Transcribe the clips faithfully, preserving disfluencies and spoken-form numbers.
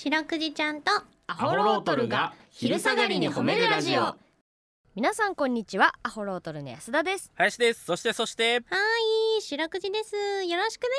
白くじちゃんとアホロートルが昼下がりに褒めるラジオ。 皆さんこんにちは。アホロートルの安田です。 林です。そしてそしてはーい、白くじです。よろしくです。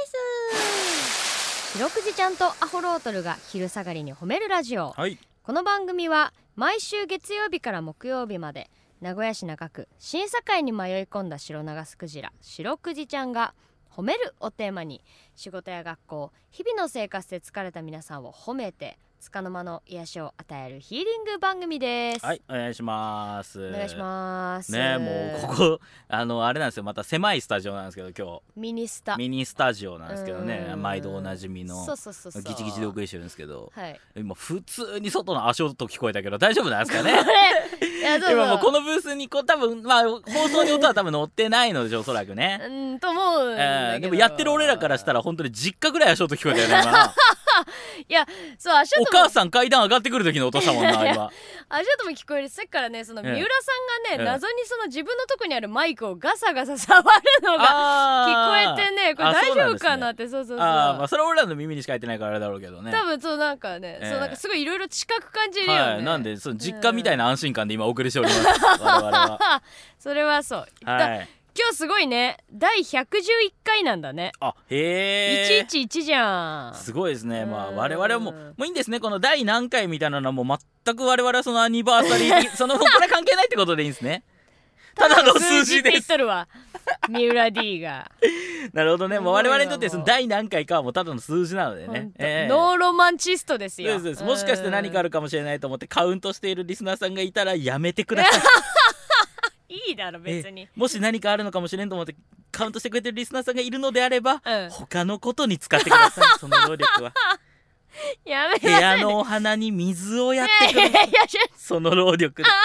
白くじちゃんとアホロートルが昼下がりに褒めるラジオ、 はい、 この番組は毎週月曜日から木曜日まで名古屋市中区審査会に迷い込んだ白長スクジラ白くじちゃんが褒めるをテーマに仕事や学校日々の生活で疲れた皆さんを褒めて束の間の癒しを与えるヒーリング番組です。 はい、お願いします。 お願いしますね。もうここあのあれなんですよ、また狭いスタジオなんですけど、今日ミニスタミニスタジオなんですけどね、毎度おなじみのそうそうそうそうギチギチでお送りしてるんですけど、 はい、 今普通に外の足音聞こえたけど大丈夫なんですかねいやどうぞ。 今もうこのブースにこう多分まあ放送に音は多分乗ってないのでしょう、おそらくねうんと思うんだけど、 えー、でもやってる俺らからしたら本当に実家ぐらい足音聞こえたよね今いやそう足音もお母さん階段上がってくる時の音したもんな今足音も聞こえる。さっきからね、その三浦さんがね、 ええ、 謎にその自分のとこにあるマイクをガサガサ触るのが聞こえてね、これ大丈夫かなって。そうそうそう。 あ、まあそれは俺らの耳にしか入ってないからあれだろうけどね。 多分そうなんかね、 ええ、 そうなんかすごいいろいろ近く感じるよね。 はい、なんでその実家みたいな安心感で今お送りしております、我々はそれはそう。 はい。 今日すごいね、だいひゃくじゅういっかいなんだね。 あ、へえ。 いちいちいちじゃん。 すごいですね。まあ我々はもうもういいんですね。この第何回みたいなのはもう全く我々はそのアニバーサリーそのこれ関係ないってことでいいんですね。ただの数字です。 って言っとるわ三浦 D がなるほどね。もう我々にとってその第何回かはもうただの数字なのでね、 えー、ノーロマンチストですよ。 そうです。もしかして何かあるかもしれないと思ってカウントしているリスナーさんがいたらやめてくださいいいだろ別に。 もし何かあるのかもしれんと思ってカウントしてくれてるリスナーさんがいるのであれば、うん、他のことに使ってくださいその労力はやめ部屋のお花に水をやってくださいその労力で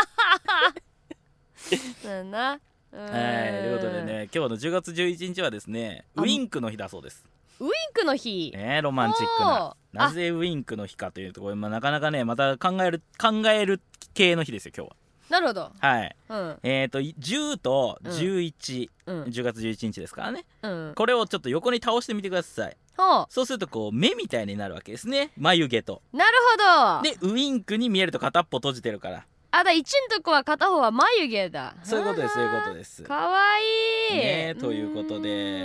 そうな。 はい、ということでね、今日のじゅうがつじゅういちにちはですねウインクの日だそうです。 ウインクの日、 ね、ロマンチックな。なぜウインクの日かというところ、まあ、なかなかねまた考える考える系の日ですよ今日は。 なるほど。 はい、 うん、 えっとじゅうとじゅういち、 うん、 じゅうがつじゅういちにちですからね、うん、これをちょっと横に倒してみてください。そうするとこう目みたいになるわけですね、眉毛と。 なるほど。 でウインクに見えると片っぽ閉じてるから。 あ、だいちんとこは片方は眉毛だ。 そういうことですそういうことです。 かわいいね。ということで、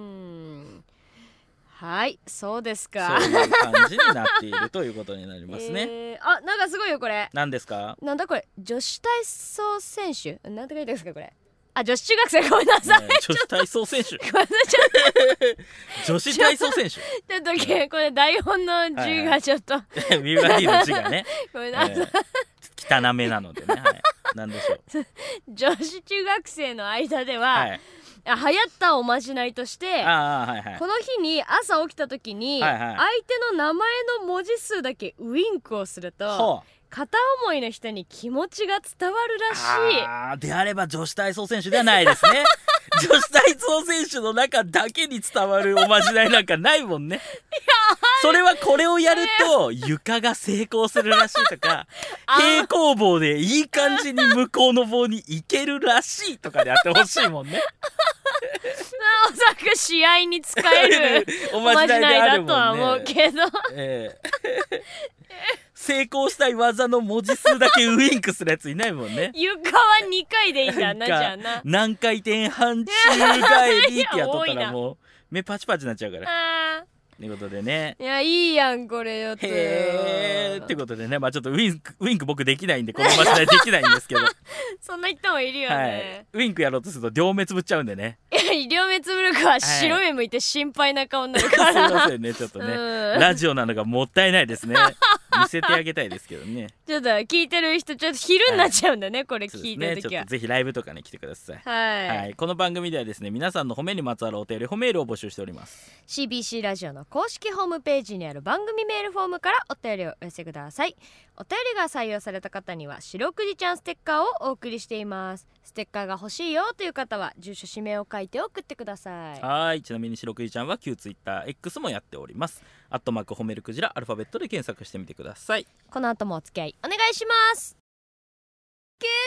はい、そうですか。 そういう感じになっているということになりますね、 えー、あ、なんかすごいよこれ。 何ですか。 なんだこれ、女子体操選手なんて書いてあるんですかこれ。あ、女子中学生、ごめんなさい、ね、 女子体操選手ごめんなさい女子体操選手ちょっとこれ台本の字がちょっと、 はいはい、三浦 D の字がねごめんなさい、えー、汚めなのでね、はい、なんでしょう女子中学生の間では、はい、流行ったおまじないとして、 あ、はいはい、 この日に朝起きた時に、はいはい、相手の名前の文字数だけウインクをすると片思いの人に気持ちが伝わるらしい。 あであれば女子体操選手ではないですね女子体操選手の中だけに伝わるおまじないなんかないもんね。いや、それはこれをやると床が成功するらしいとか平行棒でいい感じに向こうの棒に行けるらしいとかでやってほしいもんねおそらく試合に使えるおまじないだとは思うけど、えー、 成功したい技の文字数だけウインクするやついないもんね床はにかいでいいんだなじゃあな。 何回転半宙返りってやっとったらもう目パチパチになっちゃうからということでね。 いや、いいやんこれよってへーってことでね、まあちょっとウインクウインク僕できないんでこの場所でできないんですけどそんな人もいるよね、はい、 ウインクやろうとすると両目つぶっちゃうんでね。 いや、両目つぶるか白目向いて心配な顔になるから、 すいませんね、ちょっとね、ラジオなのがもったいないですね見せてあげたいですけどね。 ちょっと聞いてる人ちょっと昼になっちゃうんだね、はい、これ聞いてる時は、 ね、ちょっとぜひライブとかに来てください。 はい、 はい、この番組ではですね皆さんの褒めにまつわるお便り褒めールを募集しております。 シービーシー ラジオの公式ホームページにある番組メールフォームからお便りをお寄せください。お便りが採用された方には白くじちゃんステッカーをお送りしています。ステッカーが欲しいよという方は住所氏名を書いて送ってください。 はい、ちなみに白くじちゃんは旧 TwitterX もやっております。アットマーク褒めるクジラアルファベットで検索してみてください。 この後もお付き合いお願いします。聞いてよ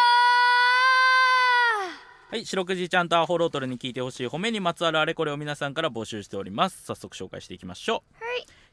はい、白くじちゃんとアホロートルに聞いてほしい褒めにまつわるあれこれを皆さんから募集しております。早速紹介していきましょう。 はい、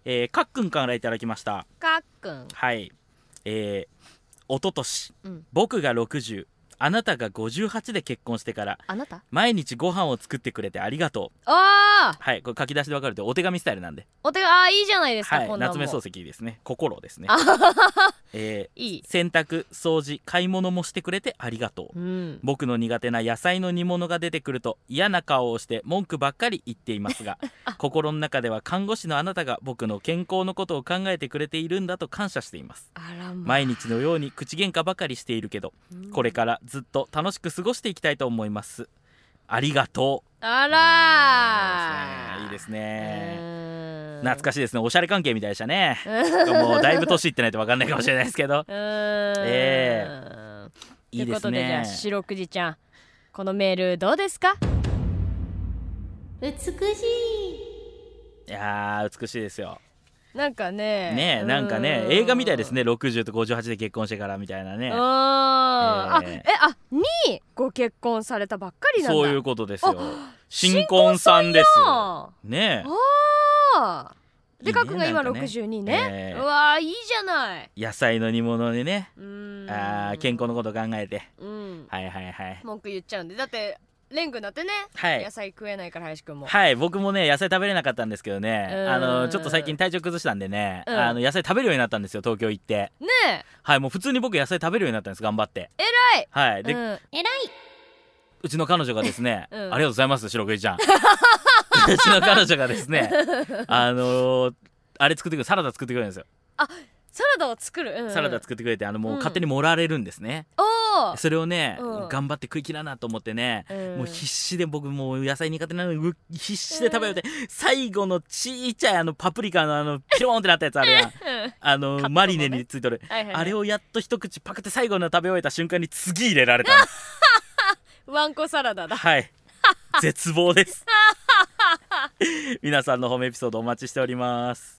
えー、かっくんからいただきました。 かっくん。 はい、えー、おととし、 うん、 僕がろくじゅう、あなたがごじゅうはちで結婚してからあなた毎日ご飯を作ってくれてありがとう。 あー、 はい、これ書き出しで分かるとお手紙スタイルなんで、 お手があーいいじゃないですか、 はい、 こんなもん夏目漱石ですね。心ですね。えー、 いい。 洗濯、掃除、買い物もしてくれてありがとう、 うん、 僕の苦手な野菜の煮物が出てくると嫌な顔をして文句ばっかり言っていますが心の中では看護師のあなたが僕の健康のことを考えてくれているんだと感謝しています。 あら、ま、 毎日のように口喧嘩ばかりしているけど、 うん、 これからずっと楽しく過ごしていきたいと思います。ありがとう。 あらー、 いいですね。 うーん、 懐かしいですね。おしゃれ関係みたいでしたね。もうだいぶ年いってないと分かんないかもしれないですけど、 うーん、 えー、いいというですことで、じゃあね。 白くじちゃん、このメールどうですか？ 美しい。 いやー美しいですよなんかねね。えなんかねうーん、 映画みたいですね。ろくじゅうとごじゅうはちで結婚してからみたいなね。 あー、 えーあ、え、あ、にご結婚されたばっかりなんだ。 そういうことですよ。新婚さんですよね。 あー、で、 いいねかっくんが今なんかねろくじゅうにね、 えーうわー、いいじゃない。 野菜の煮物でね、 うーん、 あー健康のこと考えて、 うん、 はいはいはい文句言っちゃうんで、だってレン君だってね、 はい野菜食えないから林くんも、 はい、僕もね野菜食べれなかったんですけどね、 うんあのちょっと最近体調崩したんでね、 うんあの野菜食べるようになったんですよ、東京行って。 ねえ、 はい、もう普通に僕野菜食べるようになったんです、頑張って。 えらい。 はい、で、 うん、 えらい。 うちの彼女がですね、 うんありがとうございます白クイちゃんうちの彼女がですねあのー、あれ作ってくれる、サラダ作ってくれるんですよ。 サラダを作る、うんうん、 サラダ作ってくれて、あのもううん勝手に盛られるんですね、 おー、 それをね、 うん頑張って食い切らなと思ってね、 うんもう必死で、僕もう野菜苦手なのにう必死で食べようって、最後のちいちゃいあのパプリカのあのピローンってなったやつあるやんうんあカッのトのねマリネについてる、 はいはいはい、 あれをやっと一口パクって最後の食べ終えた瞬間に次入れられたんですワンコサラダだ。 はい絶望です皆さんのホームエピソードお待ちしております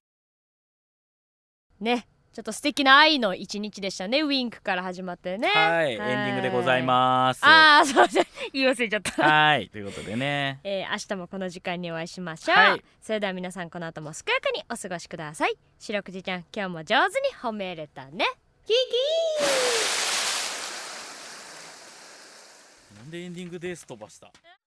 ね、ちょっと素敵な愛の一日でしたね。ウィンクから始まってね。 はい、エンディングでございます。 ああ、そうです。言い忘れちゃったはいということでね、 えー、明日もこの時間にお会いしましょう、 はい、 それでは皆さん、この後も健やかにお過ごしください。白くじちゃん、今日も上手に褒めれたね。 キキー。 なんでエンディングです飛ばした。